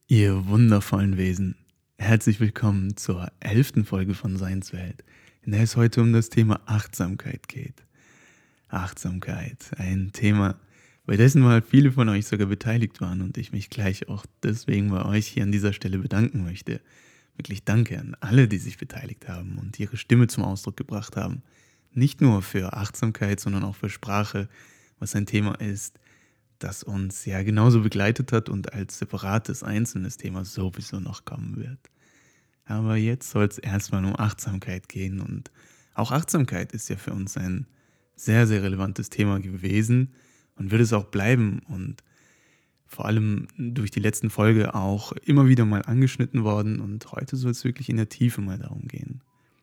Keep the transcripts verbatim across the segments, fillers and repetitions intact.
Ihr wundervollen Wesen, herzlich willkommen zur elften Folge von Seinswelt, in der es heute um das Thema Achtsamkeit geht. Achtsamkeit, ein Thema, bei dessen mal viele von euch sogar beteiligt waren und ich mich gleich auch deswegen bei euch hier an dieser Stelle bedanken möchte. Wirklich danke an alle, die sich beteiligt haben und ihre Stimme zum Ausdruck gebracht haben. Nicht nur für Achtsamkeit, sondern auch für Sprache, was ein Thema ist, das uns ja genauso begleitet hat und als separates, einzelnes Thema sowieso noch kommen wird. Aber jetzt soll es erstmal um Achtsamkeit gehen und auch Achtsamkeit ist ja für uns ein sehr, sehr relevantes Thema gewesen und wird es auch bleiben und vor allem durch die letzten Folge auch immer wieder mal angeschnitten worden und heute soll es wirklich in der Tiefe mal darum gehen.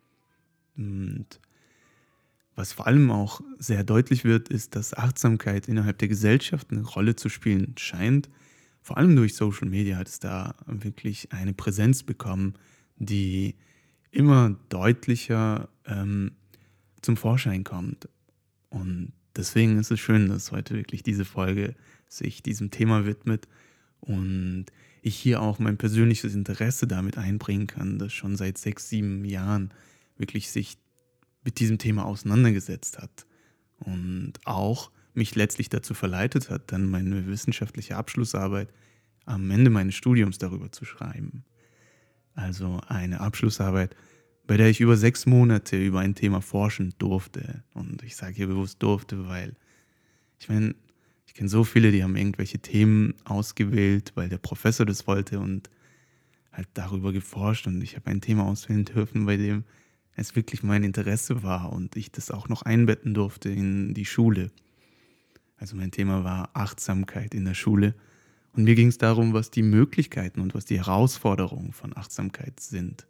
Und was vor allem auch sehr deutlich wird, ist, dass Achtsamkeit innerhalb der Gesellschaft eine Rolle zu spielen scheint. Vor allem durch Social Media hat es da wirklich eine Präsenz bekommen, die immer deutlicher ähm, zum Vorschein kommt. Und deswegen ist es schön, dass heute wirklich diese Folge sich diesem Thema widmet und ich hier auch mein persönliches Interesse damit einbringen kann, das schon seit sechs, sieben Jahren wirklich sich mit diesem Thema auseinandergesetzt hat und auch mich letztlich dazu verleitet hat, dann meine wissenschaftliche Abschlussarbeit am Ende meines Studiums darüber zu schreiben. Also eine Abschlussarbeit, bei der ich über sechs Monate über ein Thema forschen durfte. Und ich sage hier bewusst durfte, weil ich meine, ich kenne so viele, die haben irgendwelche Themen ausgewählt, weil der Professor das wollte und halt darüber geforscht. Und ich habe ein Thema auswählen dürfen, bei dem es wirklich mein Interesse war und ich das auch noch einbetten durfte in die Schule. Also mein Thema war Achtsamkeit in der Schule und mir ging es darum, was die Möglichkeiten und was die Herausforderungen von Achtsamkeit sind.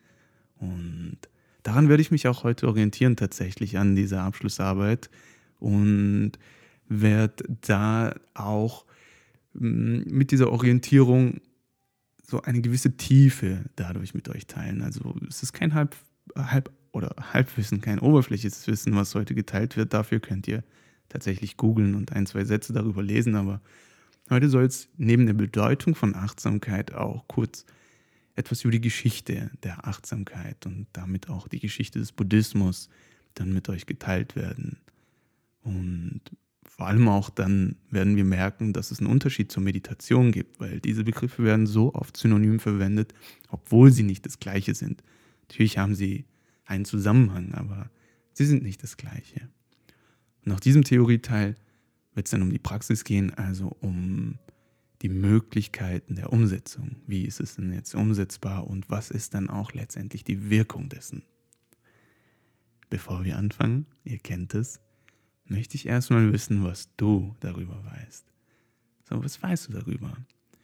Und daran werde ich mich auch heute orientieren tatsächlich an dieser Abschlussarbeit und werde da auch mit dieser Orientierung so eine gewisse Tiefe dadurch mit euch teilen. Also es ist kein halb Halb- oder Halbwissen, kein oberflächliches Wissen, was heute geteilt wird. Dafür könnt ihr tatsächlich googeln und ein, zwei Sätze darüber lesen. Aber heute soll es neben der Bedeutung von Achtsamkeit auch kurz etwas über die Geschichte der Achtsamkeit und damit auch die Geschichte des Buddhismus dann mit euch geteilt werden. Und vor allem auch dann werden wir merken, dass es einen Unterschied zur Meditation gibt, weil diese Begriffe werden so oft synonym verwendet, obwohl sie nicht das Gleiche sind. Natürlich haben sie einen Zusammenhang, aber sie sind nicht das Gleiche. Und nach diesem Theorieteil wird es dann um die Praxis gehen, also um die Möglichkeiten der Umsetzung. Wie ist es denn jetzt umsetzbar und was ist dann auch letztendlich die Wirkung dessen? Bevor wir anfangen, ihr kennt es, möchte ich erstmal wissen, was du darüber weißt. So, was weißt du darüber?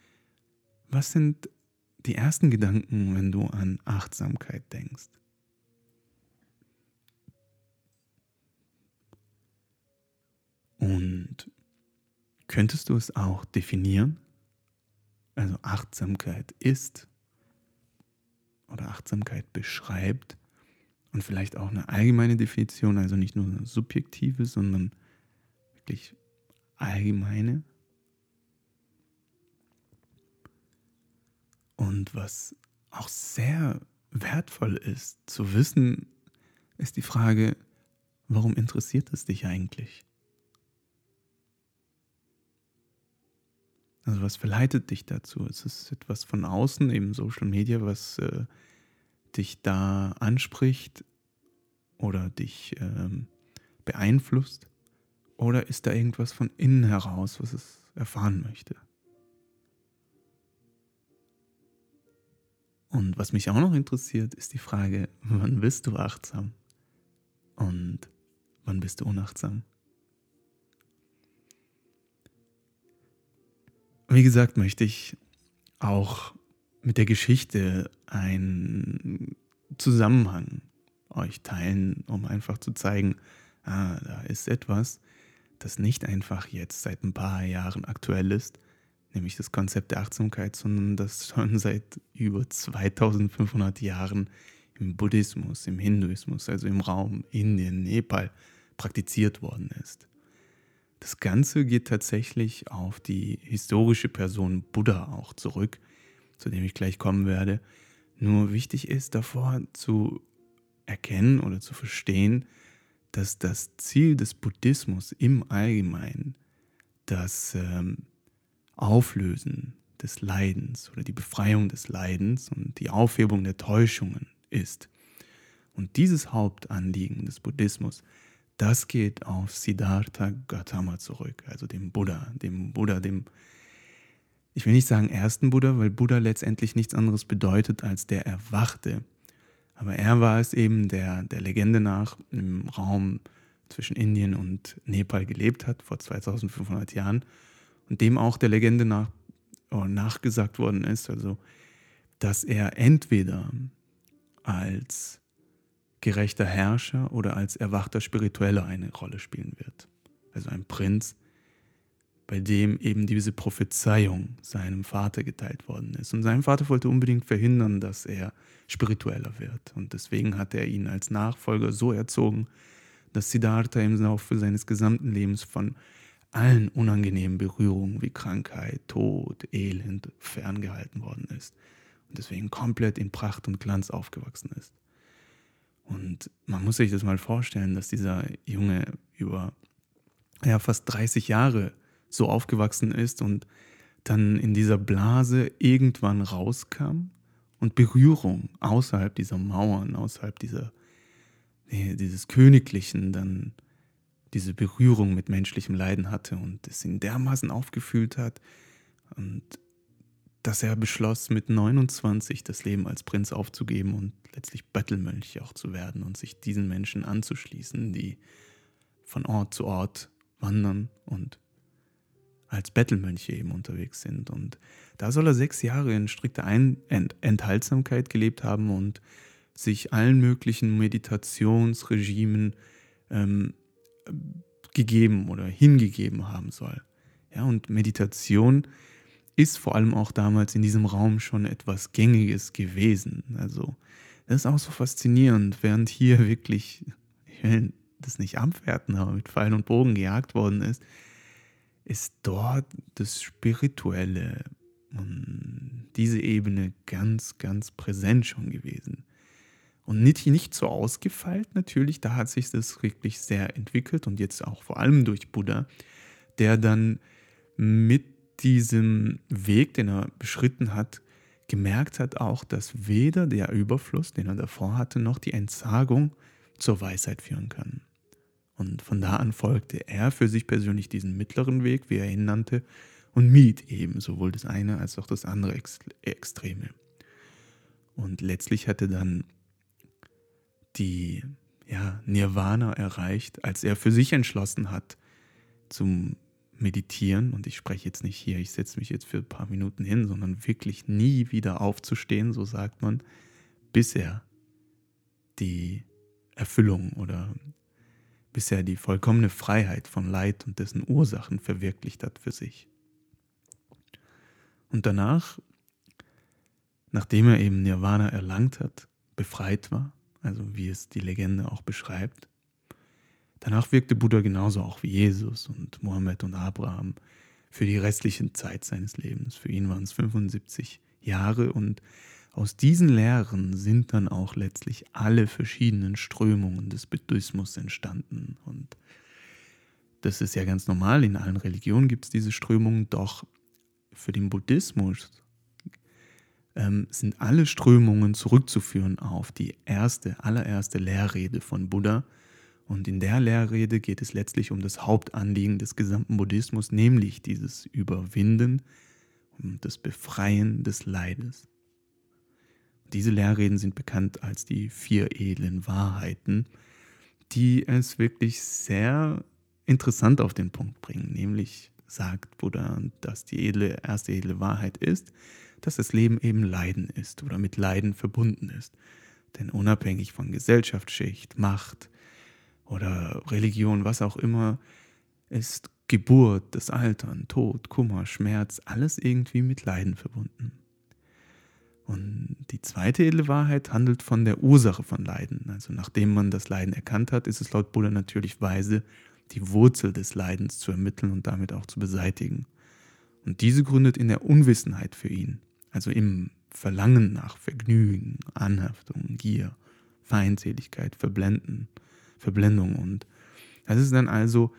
Was sind die ersten Gedanken, wenn du an Achtsamkeit denkst? Und könntest du es auch definieren? Also Achtsamkeit ist oder Achtsamkeit beschreibt und vielleicht auch eine allgemeine Definition, also nicht nur eine subjektive, sondern wirklich allgemeine. Und was auch sehr wertvoll ist zu wissen, ist die Frage, warum interessiert es dich eigentlich? Also was verleitet dich dazu? Ist es etwas von außen, eben Social Media, was äh, dich da anspricht oder dich ähm, beeinflusst? Oder ist da irgendwas von innen heraus, was es erfahren möchte? Und was mich auch noch interessiert, ist die Frage, wann bist du achtsam und wann bist du unachtsam? Wie gesagt, möchte ich auch mit der Geschichte einen Zusammenhang euch teilen, um einfach zu zeigen, ah, da ist etwas, das nicht einfach jetzt seit ein paar Jahren aktuell ist, nämlich das Konzept der Achtsamkeit, sondern das schon seit über zweitausendfünfhundert Jahren im Buddhismus, im Hinduismus, also im Raum Indien, Nepal praktiziert worden ist. Das Ganze geht tatsächlich auf die historische Person Buddha auch zurück, zu dem ich gleich kommen werde. Nur wichtig ist davor zu erkennen oder zu verstehen, dass das Ziel des Buddhismus im Allgemeinen das ähm, Auflösen des Leidens oder die Befreiung des Leidens und die Aufhebung der Täuschungen ist. Und dieses Hauptanliegen des Buddhismus, das geht auf Siddhartha Gautama zurück, also dem Buddha, dem Buddha, dem, ich will nicht sagen ersten Buddha, weil Buddha letztendlich nichts anderes bedeutet als der Erwachte. Aber er war es eben, der der Legende nach im Raum zwischen Indien und Nepal gelebt hat, vor zweitausendfünfhundert Jahren, und dem auch der Legende nach oh, nachgesagt worden ist, also dass er entweder als gerechter Herrscher oder als erwachter Spiritueller eine Rolle spielen wird. Also ein Prinz, bei dem eben diese Prophezeiung seinem Vater geteilt worden ist. Und sein Vater wollte unbedingt verhindern, dass er spiritueller wird. Und deswegen hat er ihn als Nachfolger so erzogen, dass Siddhartha im Laufe seines gesamten Lebens von allen unangenehmen Berührungen wie Krankheit, Tod, Elend ferngehalten worden ist. Und deswegen komplett in Pracht und Glanz aufgewachsen ist. Und man muss sich das mal vorstellen, dass dieser Junge über ja, fast dreißig Jahre so aufgewachsen ist und dann in dieser Blase irgendwann rauskam und Berührung außerhalb dieser Mauern, außerhalb dieser, dieses Königlichen, dann diese Berührung mit menschlichem Leiden hatte und es ihn dermaßen aufgefühlt hat und dass er beschloss, mit neunundzwanzig das Leben als Prinz aufzugeben und letztlich Bettelmönch auch zu werden und sich diesen Menschen anzuschließen, die von Ort zu Ort wandern und als Bettelmönche eben unterwegs sind. Und da soll er sechs Jahre in strikter Ein- Ent- Enthaltsamkeit gelebt haben und sich allen möglichen Meditationsregimen ähm, gegeben oder hingegeben haben soll. Ja, und Meditation ist vor allem auch damals in diesem Raum schon etwas Gängiges gewesen. Also das ist auch so faszinierend, während hier wirklich, ich will das nicht abwerten, aber mit Pfeil und Bogen gejagt worden ist, ist dort das Spirituelle und diese Ebene ganz, ganz präsent schon gewesen. Und nicht, nicht so ausgefeilt natürlich, da hat sich das wirklich sehr entwickelt und jetzt auch vor allem durch Buddha, der dann mit diesem Weg, den er beschritten hat, gemerkt hat auch, dass weder der Überfluss, den er davor hatte, noch die Entsagung zur Weisheit führen kann. Und von da an folgte er für sich persönlich diesen mittleren Weg, wie er ihn nannte, und mied eben sowohl das eine als auch das andere Extreme. Und letztlich hatte dann die ja, Nirvana erreicht, als er für sich entschlossen hat, zum Meditieren, und ich spreche jetzt nicht hier, ich setze mich jetzt für ein paar Minuten hin, sondern wirklich nie wieder aufzustehen, so sagt man, bis er die Erfüllung oder bis er die vollkommene Freiheit von Leid und dessen Ursachen verwirklicht hat für sich. Und danach, nachdem er eben Nirvana erlangt hat, befreit war, also wie es die Legende auch beschreibt, danach wirkte Buddha genauso auch wie Jesus und Mohammed und Abraham für die restliche Zeit seines Lebens. Für ihn waren es fünfundsiebzig Jahre und aus diesen Lehren sind dann auch letztlich alle verschiedenen Strömungen des Buddhismus entstanden. Und das ist ja ganz normal, in allen Religionen gibt es diese Strömungen, doch für den Buddhismus ähm, sind alle Strömungen zurückzuführen auf die erste, allererste Lehrrede von Buddha. Und in der Lehrrede geht es letztlich um das Hauptanliegen des gesamten Buddhismus, nämlich dieses Überwinden und das Befreien des Leides. Diese Lehrreden sind bekannt als die vier edlen Wahrheiten, die es wirklich sehr interessant auf den Punkt bringen. Nämlich sagt Buddha, dass die edle, erste edle Wahrheit ist, dass das Leben eben Leiden ist oder mit Leiden verbunden ist. Denn unabhängig von Gesellschaftsschicht, Macht oder Religion, was auch immer, ist Geburt, das Altern, Tod, Kummer, Schmerz, alles irgendwie mit Leiden verbunden. Und die zweite edle Wahrheit handelt von der Ursache von Leiden. Also nachdem man das Leiden erkannt hat, ist es laut Buddha natürlich weise, die Wurzel des Leidens zu ermitteln und damit auch zu beseitigen. Und diese gründet in der Unwissenheit für ihn. Also im Verlangen nach Vergnügen, Anhaftung, Gier, Feindseligkeit, Verblenden, Verblendung. Und das ist dann also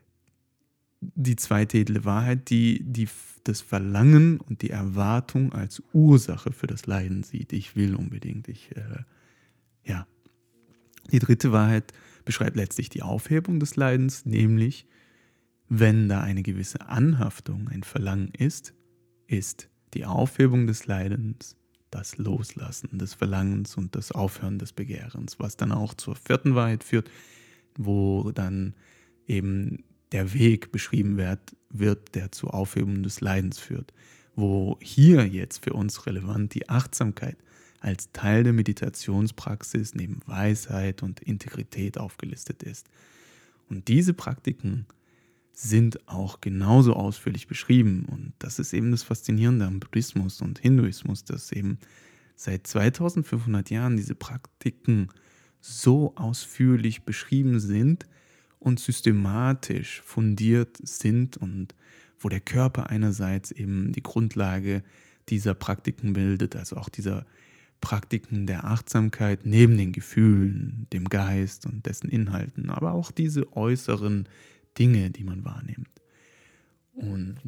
die zweite edle Wahrheit, die, die das Verlangen und die Erwartung als Ursache für das Leiden sieht. Ich will unbedingt. Ich, äh, ja. Die dritte Wahrheit beschreibt letztlich die Aufhebung des Leidens, nämlich wenn da eine gewisse Anhaftung, ein Verlangen ist, ist die Aufhebung des Leidens das Loslassen des Verlangens und das Aufhören des Begehrens, was dann auch zur vierten Wahrheit führt, wo dann eben der Weg beschrieben wird, wird, der zur Aufhebung des Leidens führt. Wo hier jetzt für uns relevant die Achtsamkeit als Teil der Meditationspraxis neben Weisheit und Integrität aufgelistet ist. Und diese Praktiken sind auch genauso ausführlich beschrieben. Und das ist eben das Faszinierende am Buddhismus und Hinduismus, dass eben seit zweitausendfünfhundert Jahren diese Praktiken so ausführlich beschrieben sind und systematisch fundiert sind und wo der Körper einerseits eben die Grundlage dieser Praktiken bildet, also auch dieser Praktiken der Achtsamkeit neben den Gefühlen, dem Geist und dessen Inhalten, aber auch diese äußeren Dinge, die man wahrnimmt. Und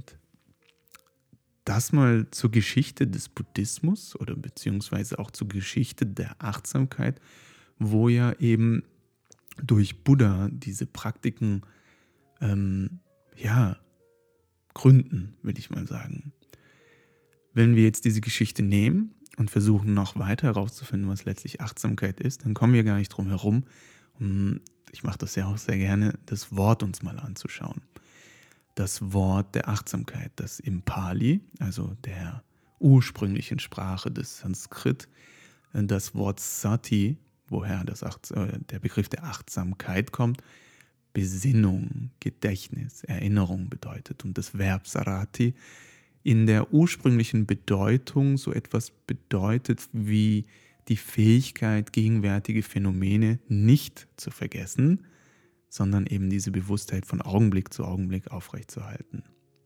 das mal zur Geschichte des Buddhismus oder beziehungsweise auch zur Geschichte der Achtsamkeit, wo ja eben durch Buddha diese Praktiken ähm, ja, gründen, würde ich mal sagen. Wenn wir jetzt diese Geschichte nehmen und versuchen noch weiter herauszufinden, was letztlich Achtsamkeit ist, dann kommen wir gar nicht drum herum, um, ich mache das ja auch sehr gerne, das Wort uns mal anzuschauen. Das Wort der Achtsamkeit, das im Pali, also der ursprünglichen Sprache des Sanskrit, das Wort Sati, woher das Acht, äh, der Begriff der Achtsamkeit kommt, Besinnung, Gedächtnis, Erinnerung bedeutet. Und das Verb Sarati in der ursprünglichen Bedeutung so etwas bedeutet wie die Fähigkeit, gegenwärtige Phänomene nicht zu vergessen, sondern eben diese Bewusstheit von Augenblick zu Augenblick aufrechtzuerhalten.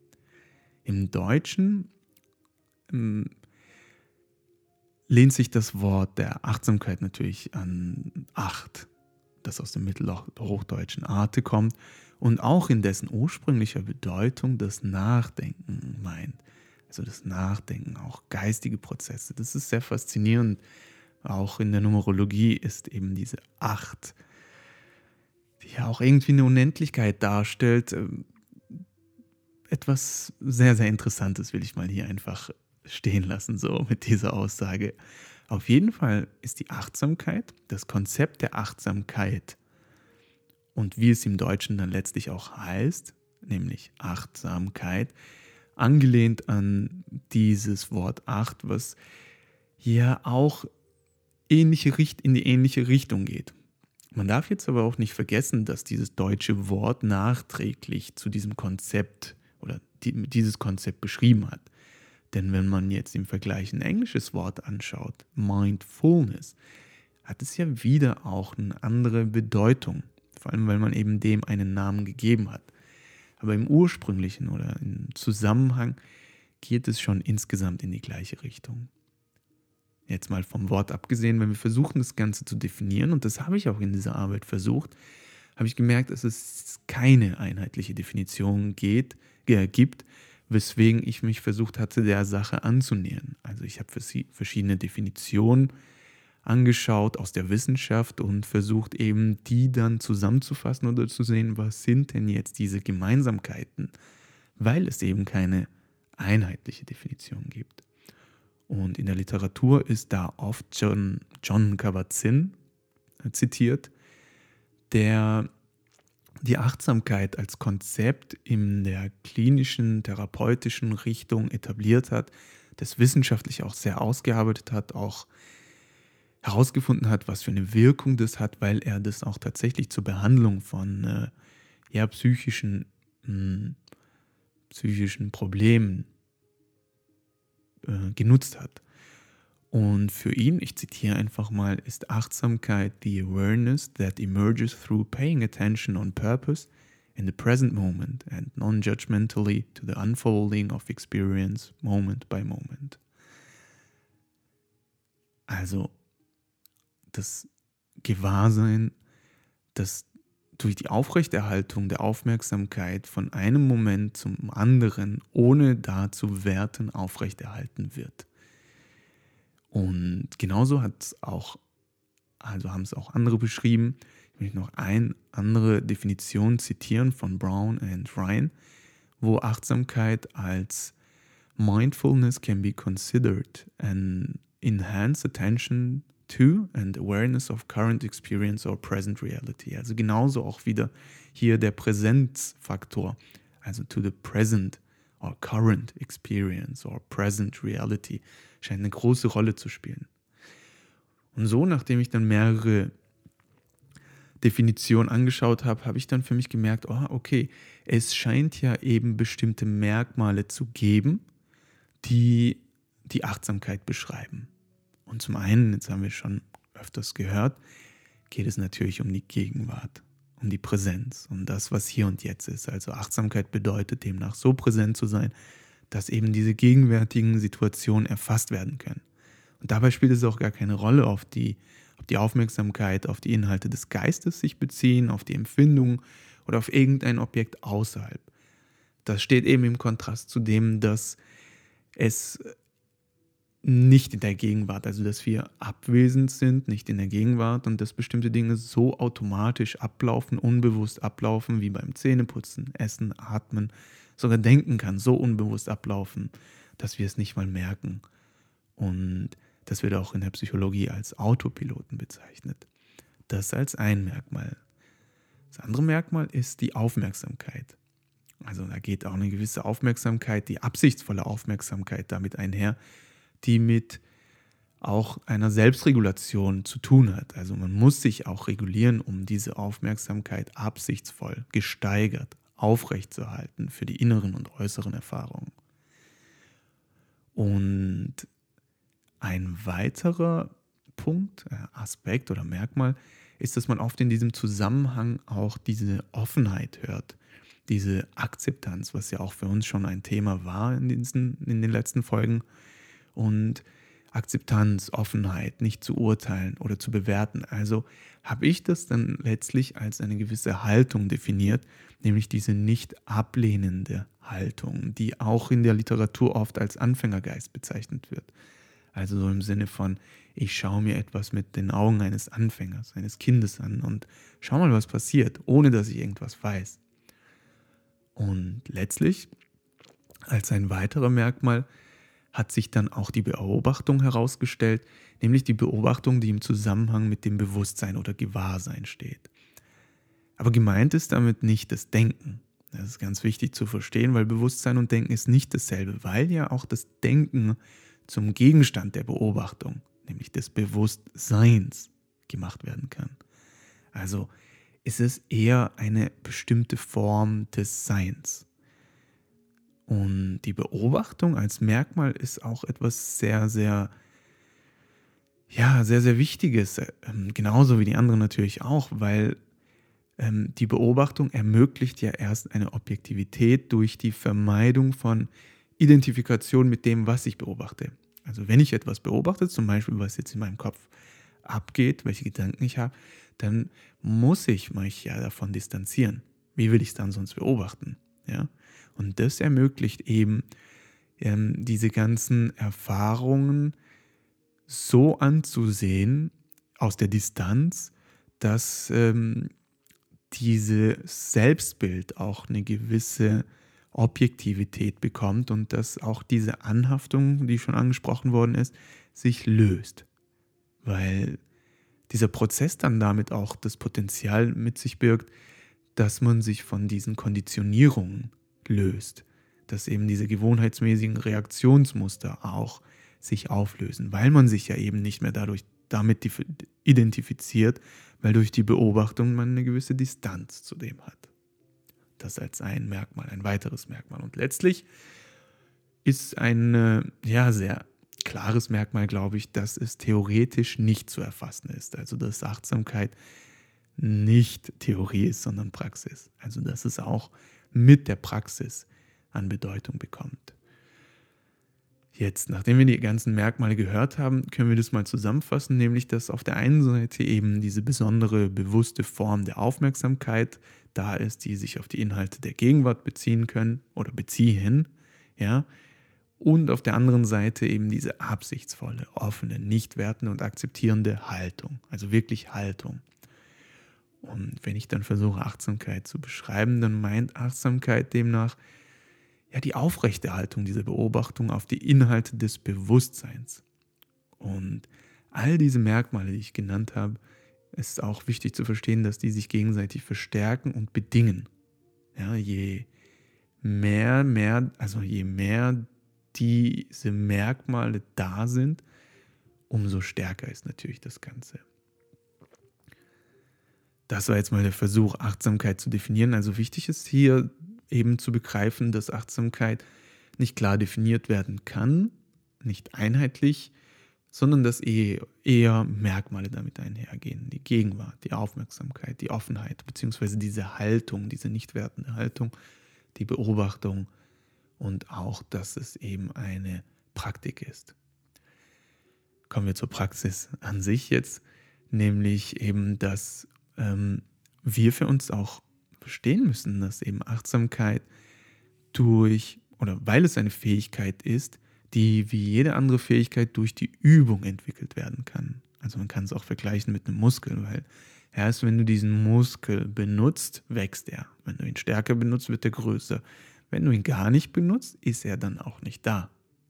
Im Deutschen ähm, lehnt sich das Wort der Achtsamkeit natürlich an Acht, das aus dem mittelhochdeutschen Arte kommt und auch in dessen ursprünglicher Bedeutung das Nachdenken meint. Also das Nachdenken, auch geistige Prozesse. Das ist sehr faszinierend. Auch in der Numerologie ist eben diese Acht, die ja auch irgendwie eine Unendlichkeit darstellt, etwas sehr, sehr Interessantes, will ich mal hier einfach stehen lassen, so mit dieser Aussage. Auf jeden Fall ist die Achtsamkeit, das Konzept der Achtsamkeit und wie es im Deutschen dann letztlich auch heißt, nämlich Achtsamkeit, angelehnt an dieses Wort Acht, was ja auch ähnliche Richt- in die ähnliche Richtung geht. Man darf jetzt aber auch nicht vergessen, dass dieses deutsche Wort nachträglich zu diesem Konzept oder die, dieses Konzept beschrieben hat. Denn wenn man jetzt im Vergleich ein englisches Wort anschaut, Mindfulness, hat es ja wieder auch eine andere Bedeutung. Vor allem, weil man eben dem einen Namen gegeben hat. Aber im ursprünglichen oder im Zusammenhang geht es schon insgesamt in die gleiche Richtung. Jetzt mal vom Wort abgesehen, wenn wir versuchen, das Ganze zu definieren, und das habe ich auch in dieser Arbeit versucht, habe ich gemerkt, dass es keine einheitliche Definition geht, äh, gibt, weswegen ich mich versucht hatte, der Sache anzunähern. Also ich habe verschiedene Definitionen angeschaut aus der Wissenschaft und versucht eben, die dann zusammenzufassen oder zu sehen, was sind denn jetzt diese Gemeinsamkeiten, weil es eben keine einheitliche Definition gibt. Und in der Literatur ist da oft John, Jon Kabat-Zinn zitiert, der die Achtsamkeit als Konzept in der klinischen, therapeutischen Richtung etabliert hat, das wissenschaftlich auch sehr ausgearbeitet hat, auch herausgefunden hat, was für eine Wirkung das hat, weil er das auch tatsächlich zur Behandlung von äh, ja, psychischen, mh, psychischen Problemen äh, genutzt hat. Und für ihn, ich zitiere einfach mal, ist Achtsamkeit the awareness that emerges through paying attention on purpose in the present moment and non-judgmentally to the unfolding of experience moment by moment. Also das Gewahrsein, das durch die Aufrechterhaltung der Aufmerksamkeit von einem Moment zum anderen, ohne da zu werten, aufrechterhalten wird. Und genauso hat es auch, also haben es auch andere beschrieben. Ich möchte noch eine andere Definition zitieren von Brown und Ryan, wo Achtsamkeit als Mindfulness can be considered an enhanced attention to and awareness of current experience or present reality. Also genauso auch wieder hier der Präsenzfaktor, also to the present or current experience or present reality, scheint eine große Rolle zu spielen. Und so, nachdem ich dann mehrere Definitionen angeschaut habe, habe ich dann für mich gemerkt, oh, okay, es scheint ja eben bestimmte Merkmale zu geben, die die Achtsamkeit beschreiben. Und zum einen, jetzt haben wir schon öfters gehört, geht es natürlich um die Gegenwart, um die Präsenz, um das, was hier und jetzt ist. Also Achtsamkeit bedeutet demnach so präsent zu sein, dass eben diese gegenwärtigen Situationen erfasst werden können. Und dabei spielt es auch gar keine Rolle, auf die, ob die Aufmerksamkeit auf die Inhalte des Geistes sich beziehen, auf die Empfindung oder auf irgendein Objekt außerhalb. Das steht eben im Kontrast zu dem, dass es nicht in der Gegenwart, also dass wir abwesend sind, nicht in der Gegenwart und dass bestimmte Dinge so automatisch ablaufen, unbewusst ablaufen, wie beim Zähneputzen, Essen, Atmen, sogar denken kann, so unbewusst ablaufen, dass wir es nicht mal merken. Und das wird auch in der Psychologie als Autopiloten bezeichnet. Das als ein Merkmal. Das andere Merkmal ist die Aufmerksamkeit. Also da geht auch eine gewisse Aufmerksamkeit, die absichtsvolle Aufmerksamkeit damit einher, die mit auch einer Selbstregulation zu tun hat. Also man muss sich auch regulieren, um diese Aufmerksamkeit absichtsvoll, gesteigert, aufrechtzuerhalten für die inneren und äußeren Erfahrungen. Und ein weiterer Punkt, äh, Aspekt oder Merkmal ist, dass man oft in diesem Zusammenhang auch diese Offenheit hört, diese Akzeptanz, was ja auch für uns schon ein Thema war in, diesen, in den letzten Folgen. Und Akzeptanz, Offenheit, nicht zu urteilen oder zu bewerten. Also habe ich das dann letztlich als eine gewisse Haltung definiert, nämlich diese nicht ablehnende Haltung, die auch in der Literatur oft als Anfängergeist bezeichnet wird. Also so im Sinne von, ich schaue mir etwas mit den Augen eines Anfängers, eines Kindes an und schau mal, was passiert, ohne dass ich irgendwas weiß. Und letztlich, als ein weiterer Merkmal, hat sich dann auch die Beobachtung herausgestellt, nämlich die Beobachtung, die im Zusammenhang mit dem Bewusstsein oder Gewahrsein steht. Aber gemeint ist damit nicht das Denken. Das ist ganz wichtig zu verstehen, weil Bewusstsein und Denken ist nicht dasselbe, weil ja auch das Denken zum Gegenstand der Beobachtung, nämlich des Bewusstseins, gemacht werden kann. Also ist es eher eine bestimmte Form des Seins. Und die Beobachtung als Merkmal ist auch etwas sehr, sehr, ja, sehr, sehr Wichtiges, ähm, genauso wie die anderen natürlich auch, weil ähm, die Beobachtung ermöglicht ja erst eine Objektivität durch die Vermeidung von Identifikation mit dem, was ich beobachte. Also wenn ich etwas beobachte, zum Beispiel was jetzt in meinem Kopf abgeht, welche Gedanken ich habe, dann muss ich mich ja davon distanzieren. Wie will ich es dann sonst beobachten? Ja? Und das ermöglicht eben, ähm, diese ganzen Erfahrungen so anzusehen aus der Distanz, dass ähm, dieses Selbstbild auch eine gewisse Objektivität bekommt und dass auch diese Anhaftung, die schon angesprochen worden ist, sich löst. Weil dieser Prozess dann damit auch das Potenzial mit sich birgt, dass man sich von diesen Konditionierungen löst, dass eben diese gewohnheitsmäßigen Reaktionsmuster auch sich auflösen, weil man sich ja eben nicht mehr dadurch damit identifiziert, weil durch die Beobachtung man eine gewisse Distanz zu dem hat. Das als ein Merkmal, ein weiteres Merkmal. Und letztlich ist ein äh, ja, sehr klares Merkmal, glaube ich, dass es theoretisch nicht zu erfassen ist. Also dass Achtsamkeit nicht Theorie ist, sondern Praxis. Also dass es auch mit der Praxis an Bedeutung bekommt. Jetzt, nachdem wir die ganzen Merkmale gehört haben, können wir das mal zusammenfassen, nämlich dass auf der einen Seite eben diese besondere, bewusste Form der Aufmerksamkeit da ist, die sich auf die Inhalte der Gegenwart beziehen können oder beziehen, ja, und auf der anderen Seite eben diese absichtsvolle, offene, nicht wertende und akzeptierende Haltung, also wirklich Haltung. Und wenn ich dann versuche, Achtsamkeit zu beschreiben, dann meint Achtsamkeit demnach ja die Aufrechterhaltung dieser Beobachtung auf die Inhalte des Bewusstseins. Und all diese Merkmale, die ich genannt habe, ist auch wichtig zu verstehen, dass die sich gegenseitig verstärken und bedingen. Ja, je mehr, mehr, also je mehr diese Merkmale da sind, umso stärker ist natürlich das Ganze. Das war jetzt mal der Versuch, Achtsamkeit zu definieren. Also wichtig ist hier eben zu begreifen, dass Achtsamkeit nicht klar definiert werden kann, nicht einheitlich, sondern dass eher, eher Merkmale damit einhergehen. Die Gegenwart, die Aufmerksamkeit, die Offenheit, beziehungsweise diese Haltung, diese nicht wertende Haltung, die Beobachtung und auch, dass es eben eine Praktik ist. Kommen wir zur Praxis an sich jetzt, nämlich eben, dass ähm, wir für uns auch verstehen müssen, dass eben Achtsamkeit durch, oder weil es eine Fähigkeit ist, die wie jede andere Fähigkeit durch die Übung entwickelt werden kann. Also man kann es auch vergleichen mit einem Muskel, weil erst wenn du diesen Muskel benutzt, wächst er. Wenn du ihn stärker benutzt, wird er größer. Wenn du ihn gar nicht benutzt, ist er dann auch nicht da.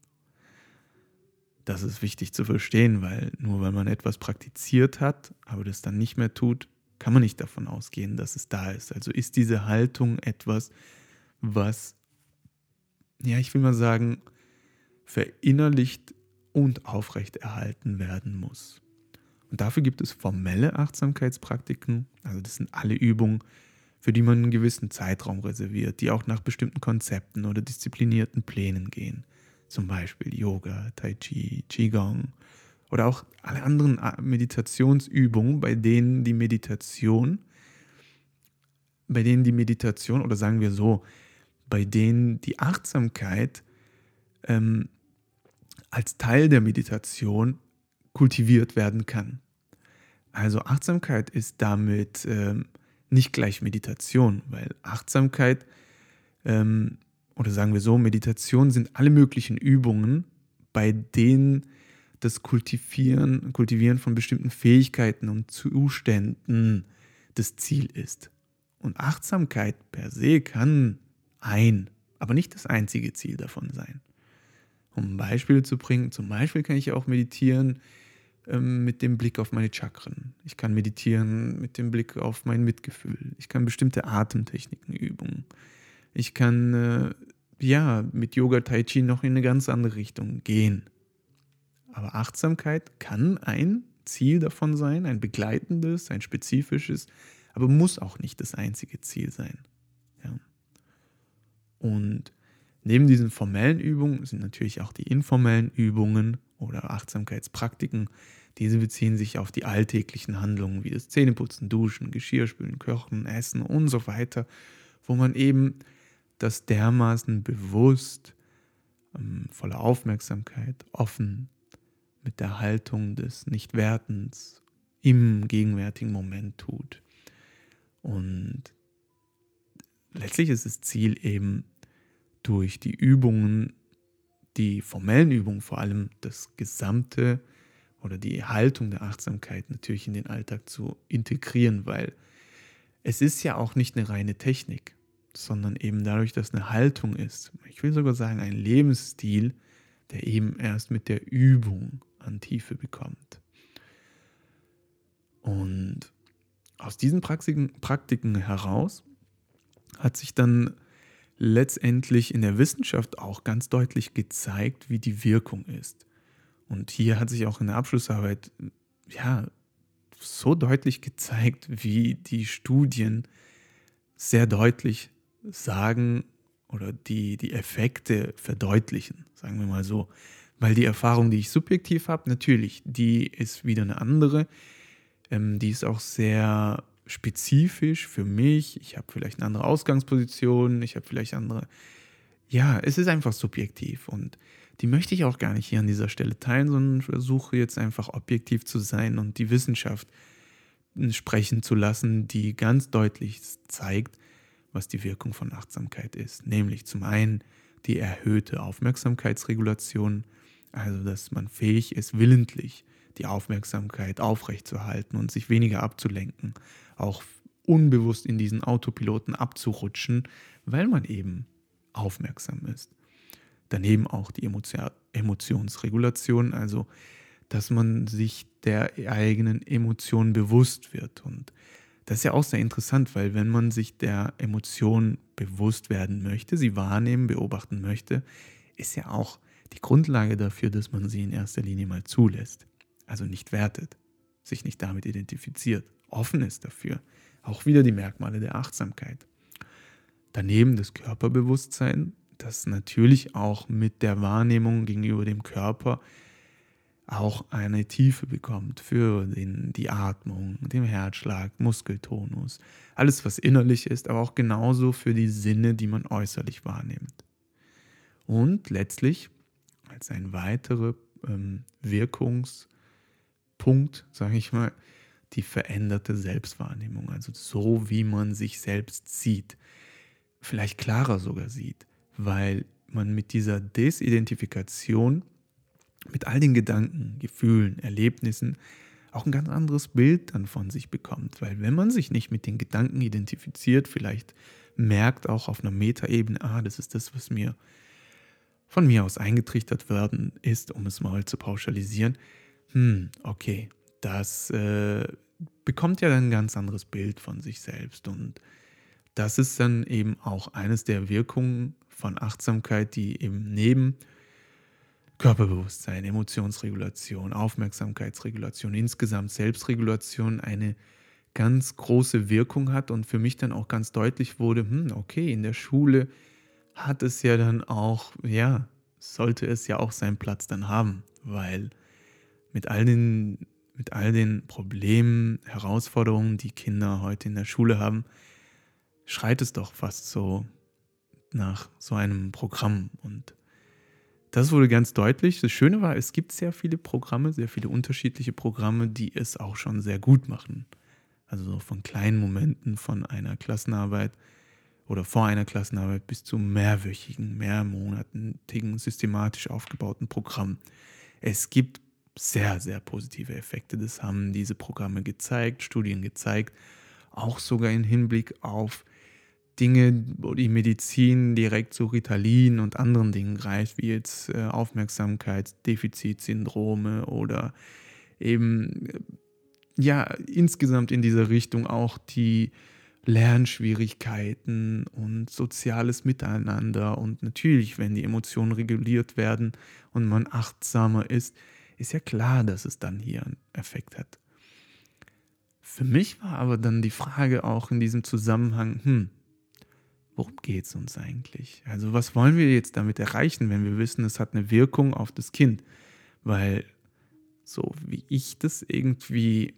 Das ist wichtig zu verstehen, weil nur weil man etwas praktiziert hat, aber das dann nicht mehr tut, kann man nicht davon ausgehen, dass es da ist. Also ist diese Haltung etwas, was, ja, ich will mal sagen, verinnerlicht und aufrechterhalten werden muss. Und dafür gibt es formelle Achtsamkeitspraktiken, also das sind alle Übungen, für die man einen gewissen Zeitraum reserviert, die auch nach bestimmten Konzepten oder disziplinierten Plänen gehen. Zum Beispiel Yoga, Tai Chi, Qigong oder auch alle anderen Meditationsübungen, bei denen die Meditation, bei denen die Meditation oder sagen wir so, bei denen die Achtsamkeit ähm, als Teil der Meditation kultiviert werden kann. Also Achtsamkeit ist damit ähm, nicht gleich Meditation, weil Achtsamkeit ähm, oder sagen wir so, Meditation sind alle möglichen Übungen, bei denen das Kultivieren, Kultivieren von bestimmten Fähigkeiten und Zuständen das Ziel ist. Und Achtsamkeit per se kann ein, aber nicht das einzige Ziel davon sein. Um Beispiele zu bringen, zum Beispiel kann ich auch meditieren ähm, mit dem Blick auf meine Chakren. Ich kann meditieren mit dem Blick auf mein Mitgefühl. Ich kann bestimmte Atemtechniken üben. Ich kann äh, ja mit Yoga, Tai Chi noch in eine ganz andere Richtung gehen. Aber Achtsamkeit kann ein Ziel davon sein, ein begleitendes, ein spezifisches, aber muss auch nicht das einzige Ziel sein. Ja. Und neben diesen formellen Übungen sind natürlich auch die informellen Übungen oder Achtsamkeitspraktiken. Diese beziehen sich auf die alltäglichen Handlungen wie das Zähneputzen, Duschen, Geschirrspülen, Kochen, Essen und so weiter, wo man eben das dermaßen bewusst, ähm, voller Aufmerksamkeit, offen, mit der Haltung des Nichtwertens im gegenwärtigen Moment tut. Und letztlich ist das Ziel eben, durch die Übungen, die formellen Übungen vor allem, das gesamte oder die Haltung der Achtsamkeit natürlich in den Alltag zu integrieren, weil es ist ja auch nicht eine reine Technik, sondern eben dadurch, dass eine Haltung ist. Ich will sogar sagen, ein Lebensstil, der eben erst mit der Übung an Tiefe bekommt. Und aus diesen Praktiken, Praktiken heraus hat sich dann letztendlich in der Wissenschaft auch ganz deutlich gezeigt, wie die Wirkung ist. Und hier hat sich auch in der Abschlussarbeit ja so deutlich gezeigt, wie die Studien sehr deutlich sagen oder die, die Effekte verdeutlichen, sagen wir mal so. Weil die Erfahrung, die ich subjektiv habe, natürlich, die ist wieder eine andere. Ähm, die ist auch sehr spezifisch für mich. Ich habe vielleicht eine andere Ausgangsposition, ich habe vielleicht andere. Ja, es ist einfach subjektiv. Und die möchte ich auch gar nicht hier an dieser Stelle teilen, sondern versuche jetzt einfach objektiv zu sein und die Wissenschaft sprechen zu lassen, die ganz deutlich zeigt, was die Wirkung von Achtsamkeit ist. Nämlich zum einen die erhöhte Aufmerksamkeitsregulation, also dass man fähig ist, willentlich die Aufmerksamkeit aufrechtzuerhalten und sich weniger abzulenken, auch unbewusst in diesen Autopiloten abzurutschen, weil man eben aufmerksam ist. Daneben auch die Emotio- Emotionsregulation, also dass man sich der eigenen Emotionen bewusst wird. Und das ist ja auch sehr interessant, weil wenn man sich der Emotion bewusst werden möchte, sie wahrnehmen, beobachten möchte, ist ja auch die Grundlage dafür, dass man sie in erster Linie mal zulässt. Also nicht wertet, sich nicht damit identifiziert, offen ist dafür. Auch wieder die Merkmale der Achtsamkeit. Daneben das Körperbewusstsein, das natürlich auch mit der Wahrnehmung gegenüber dem Körper auch eine Tiefe bekommt für den, die Atmung, den Herzschlag, Muskeltonus. Alles, was innerlich ist, aber auch genauso für die Sinne, die man äußerlich wahrnimmt. Und letztlich, als ein weiterer ähm, Wirkungspunkt, sage ich mal, die veränderte Selbstwahrnehmung. Also so, wie man sich selbst sieht. Vielleicht klarer sogar sieht, weil man mit dieser Desidentifikation mit all den Gedanken, Gefühlen, Erlebnissen auch ein ganz anderes Bild dann von sich bekommt. Weil wenn man sich nicht mit den Gedanken identifiziert, vielleicht merkt auch auf einer Metaebene, ah, das ist das, was mir von mir aus eingetrichtert worden ist, um es mal zu pauschalisieren, hm, okay, das äh, bekommt ja dann ein ganz anderes Bild von sich selbst. Und das ist dann eben auch eines der Wirkungen von Achtsamkeit, die eben neben Körperbewusstsein, Emotionsregulation, Aufmerksamkeitsregulation, insgesamt Selbstregulation eine ganz große Wirkung hat und für mich dann auch ganz deutlich wurde, hm, okay, in der Schule hat es ja dann auch, ja, sollte es ja auch seinen Platz dann haben, weil mit all den, mit all den Problemen, Herausforderungen, die Kinder heute in der Schule haben, schreit es doch fast so nach so einem Programm. Und das wurde ganz deutlich. Das Schöne war, es gibt sehr viele Programme, sehr viele unterschiedliche Programme, die es auch schon sehr gut machen. Also so von kleinen Momenten von einer Klassenarbeit oder vor einer Klassenarbeit bis zu mehrwöchigen, mehrmonatigen, systematisch aufgebauten Programmen. Es gibt sehr, sehr positive Effekte. Das haben diese Programme gezeigt, Studien gezeigt, auch sogar im Hinblick auf Dinge, wo die Medizin direkt zu Ritalin und anderen Dingen greift, wie jetzt äh, Aufmerksamkeitsdefizitsyndrome oder eben äh, ja insgesamt in dieser Richtung auch die Lernschwierigkeiten und soziales Miteinander. Und natürlich, wenn die Emotionen reguliert werden und man achtsamer ist, ist ja klar, dass es dann hier einen Effekt hat. Für mich war aber dann die Frage auch in diesem Zusammenhang, hm, worum geht es uns eigentlich? Also was wollen wir jetzt damit erreichen, wenn wir wissen, es hat eine Wirkung auf das Kind? Weil so wie ich das irgendwie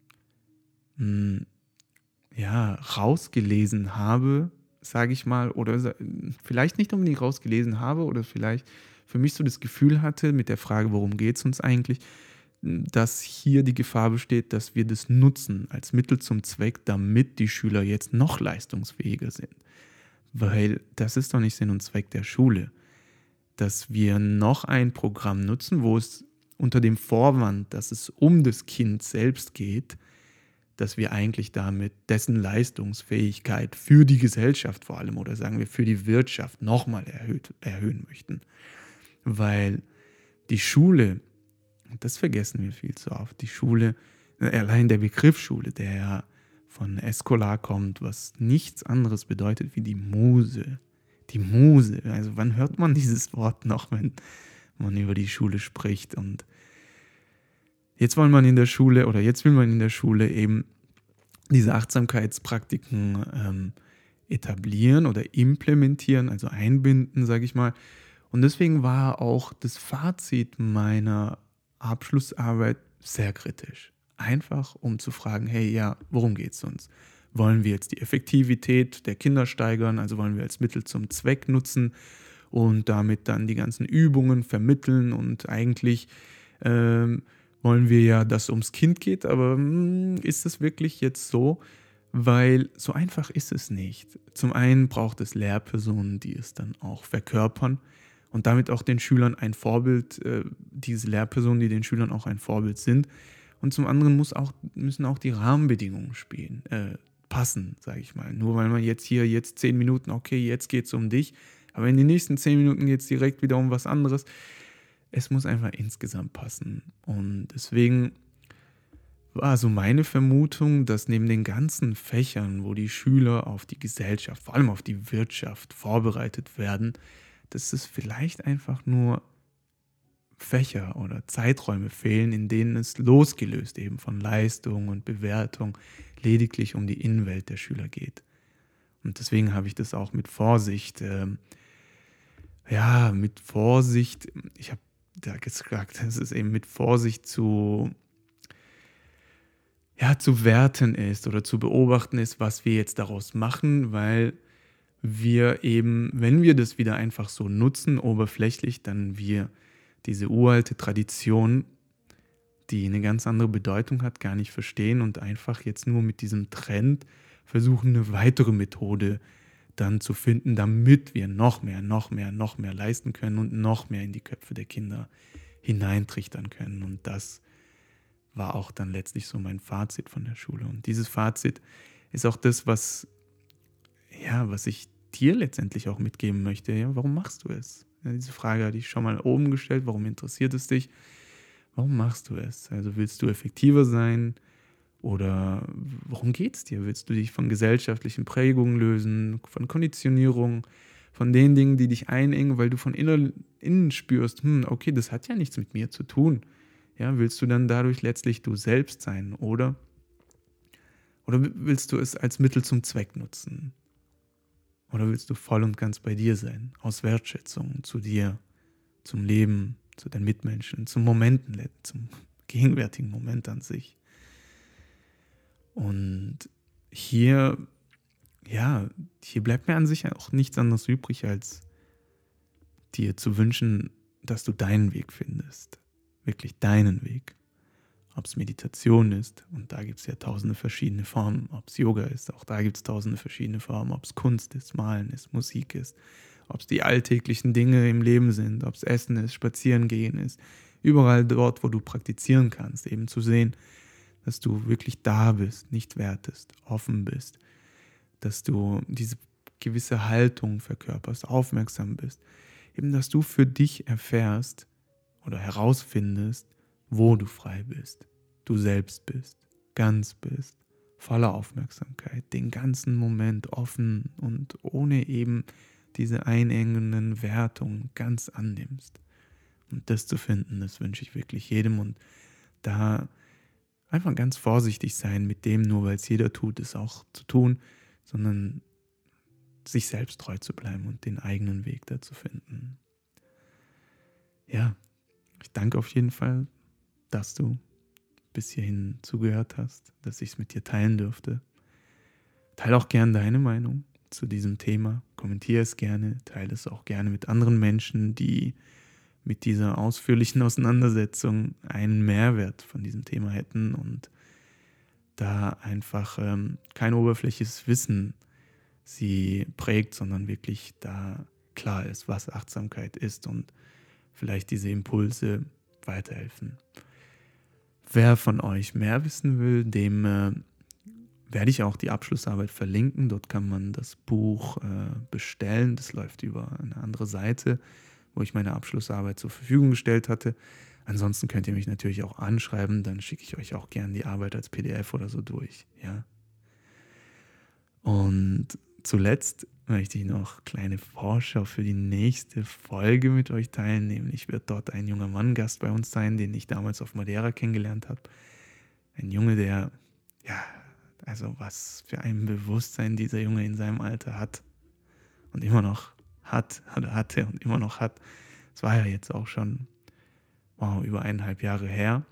mh, ja, rausgelesen habe, sage ich mal, oder vielleicht nicht unbedingt rausgelesen habe oder vielleicht für mich so das Gefühl hatte mit der Frage, worum geht es uns eigentlich, dass hier die Gefahr besteht, dass wir das nutzen als Mittel zum Zweck, damit die Schüler jetzt noch leistungsfähiger sind. Weil das ist doch nicht Sinn und Zweck der Schule, dass wir noch ein Programm nutzen, wo es unter dem Vorwand, dass es um das Kind selbst geht, dass wir eigentlich damit dessen Leistungsfähigkeit für die Gesellschaft vor allem oder sagen wir für die Wirtschaft nochmal erhöht, erhöhen möchten. Weil die Schule, und das vergessen wir viel zu oft, die Schule, allein der Begriff Schule, der ja von Escolar kommt, was nichts anderes bedeutet wie die Muse. Die Muse, also wann hört man dieses Wort noch, wenn man über die Schule spricht? Und jetzt will man in der Schule oder jetzt will man in der Schule eben diese Achtsamkeitspraktiken ähm, etablieren oder implementieren, also einbinden, sage ich mal. Und deswegen war auch das Fazit meiner Abschlussarbeit sehr kritisch. Einfach um zu fragen, hey, ja, worum geht es uns? Wollen wir jetzt die Effektivität der Kinder steigern, also wollen wir als Mittel zum Zweck nutzen? und damit dann die ganzen Übungen vermitteln. Und eigentlich ähm, wollen wir ja, dass es ums Kind geht, aber mh, ist es wirklich jetzt so? Weil so einfach ist es nicht. Zum einen braucht es Lehrpersonen, die es dann auch verkörpern und damit auch den Schülern ein Vorbild, äh, diese Lehrpersonen, die den Schülern auch ein Vorbild sind. Und zum anderen muss auch, müssen auch die Rahmenbedingungen spielen, äh, passen, sage ich mal. Nur weil man jetzt hier, jetzt zehn Minuten, okay, jetzt geht es um dich, aber in den nächsten zehn Minuten geht es direkt wieder um was anderes. Es muss einfach insgesamt passen. Und deswegen war so meine Vermutung, dass neben den ganzen Fächern, wo die Schüler auf die Gesellschaft, vor allem auf die Wirtschaft vorbereitet werden, dass es vielleicht einfach nur Fächer oder Zeiträume fehlen, in denen es losgelöst eben von Leistung und Bewertung lediglich um die Innenwelt der Schüler geht. Und deswegen habe ich das auch mit Vorsicht, ähm, ja, mit Vorsicht, ich habe da gesagt, es ist eben mit Vorsicht zu ja, zu werten ist oder zu beobachten ist, was wir jetzt daraus machen, weil wir eben, wenn wir das wieder einfach so nutzen, oberflächlich, dann wir diese uralte Tradition, die eine ganz andere Bedeutung hat, gar nicht verstehen und einfach jetzt nur mit diesem Trend versuchen, eine weitere Methode dann zu finden, damit wir noch mehr, noch mehr, noch mehr leisten können und noch mehr in die Köpfe der Kinder hineintrichtern können. Und das war auch dann letztlich so mein Fazit von der Schule. Und dieses Fazit ist auch das, was, ja, was ich dir letztendlich auch mitgeben möchte. Ja, warum machst du es? Ja, diese Frage hatte ich schon mal oben gestellt. Warum interessiert es dich? Warum machst du es? Also willst du effektiver sein? Oder worum geht es dir? Willst du dich von gesellschaftlichen Prägungen lösen, von Konditionierung, von den Dingen, die dich einengen, weil du von innen, innen spürst, hm, okay, das hat ja nichts mit mir zu tun. Ja, willst du dann dadurch letztlich du selbst sein, oder? Oder willst du es als Mittel zum Zweck nutzen? Oder willst du voll und ganz bei dir sein, aus Wertschätzung zu dir, zum Leben, zu deinen Mitmenschen, zum Momenten, zum gegenwärtigen Moment an sich? Und hier, ja, hier bleibt mir an sich auch nichts anderes übrig, als dir zu wünschen, dass du deinen Weg findest. Wirklich deinen Weg. Ob es Meditation ist, und da gibt es ja tausende verschiedene Formen, ob es Yoga ist, auch da gibt es tausende verschiedene Formen, ob es Kunst ist, Malen ist, Musik ist, ob es die alltäglichen Dinge im Leben sind, ob es Essen ist, Spazieren gehen ist, überall dort, wo du praktizieren kannst, eben zu sehen, dass du wirklich da bist, nicht wertest, offen bist, dass du diese gewisse Haltung verkörperst, aufmerksam bist, eben, dass du für dich erfährst, oder herausfindest, wo du frei bist, du selbst bist, ganz bist, voller Aufmerksamkeit, den ganzen Moment offen und ohne eben diese einengenden Wertungen ganz annimmst. Und das zu finden, das wünsche ich wirklich jedem und da einfach ganz vorsichtig sein mit dem, nur weil es jeder tut, es auch zu tun, sondern sich selbst treu zu bleiben und den eigenen Weg da zu finden. Ja, ich danke auf jeden Fall, dass du bis hierhin zugehört hast, dass ich es mit dir teilen durfte. Teile auch gerne deine Meinung zu diesem Thema. Kommentiere es gerne, teile es auch gerne mit anderen Menschen, die mit dieser ausführlichen Auseinandersetzung einen Mehrwert von diesem Thema hätten und da einfach ähm, kein oberflächliches Wissen sie prägt, sondern wirklich da klar ist, was Achtsamkeit ist und vielleicht diese Impulse weiterhelfen. Wer von euch mehr wissen will, dem äh, werde ich auch die Abschlussarbeit verlinken. Dort kann man das Buch äh, bestellen. Das läuft über eine andere Seite, wo ich meine Abschlussarbeit zur Verfügung gestellt hatte. Ansonsten könnt ihr mich natürlich auch anschreiben, dann schicke ich euch auch gerne die Arbeit als P D F oder so durch. Ja. Und zuletzt möchte ich noch kleine Vorschau für die nächste Folge mit euch teilen. Nämlich wird dort ein junger Mann Gast bei uns sein, den ich damals auf Madeira kennengelernt habe. Ein Junge, der, ja, also was für ein Bewusstsein dieser Junge in seinem Alter hat und immer noch hat, oder hatte und immer noch hat. Das war ja jetzt auch schon, wow, über eineinhalb Jahre her.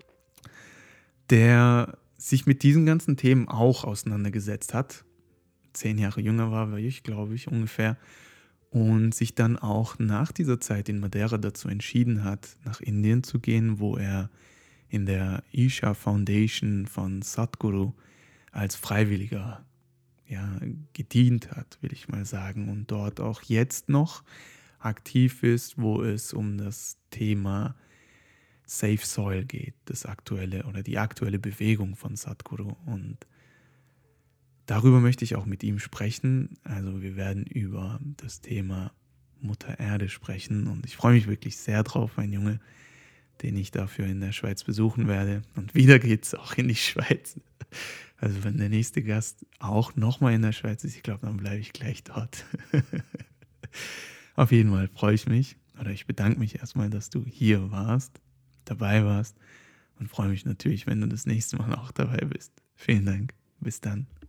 Der sich mit diesen ganzen Themen auch auseinandergesetzt hat. Zehn Jahre jünger war wie ich, glaube ich, ungefähr. und sich dann auch nach dieser Zeit in Madeira dazu entschieden hat, nach Indien zu gehen, wo er in der Isha Foundation von Sadhguru als Freiwilliger ja, gedient hat, will ich mal sagen, und dort auch jetzt noch aktiv ist, wo es um das Thema Safe Soil geht, das aktuelle oder die aktuelle Bewegung von Sadhguru. Und darüber möchte ich auch mit ihm sprechen. Also wir werden über das Thema Mutter Erde sprechen und ich freue mich wirklich sehr drauf, mein Junge, den ich dafür in der Schweiz besuchen werde. Und wieder geht es auch in die Schweiz. Also wenn der nächste Gast auch nochmal in der Schweiz ist, ich glaube, dann bleibe ich gleich dort. Auf jeden Fall freue ich mich, oder ich bedanke mich erstmal, dass du hier warst, dabei warst und freue mich natürlich, wenn du das nächste Mal auch dabei bist. Vielen Dank. Bis dann.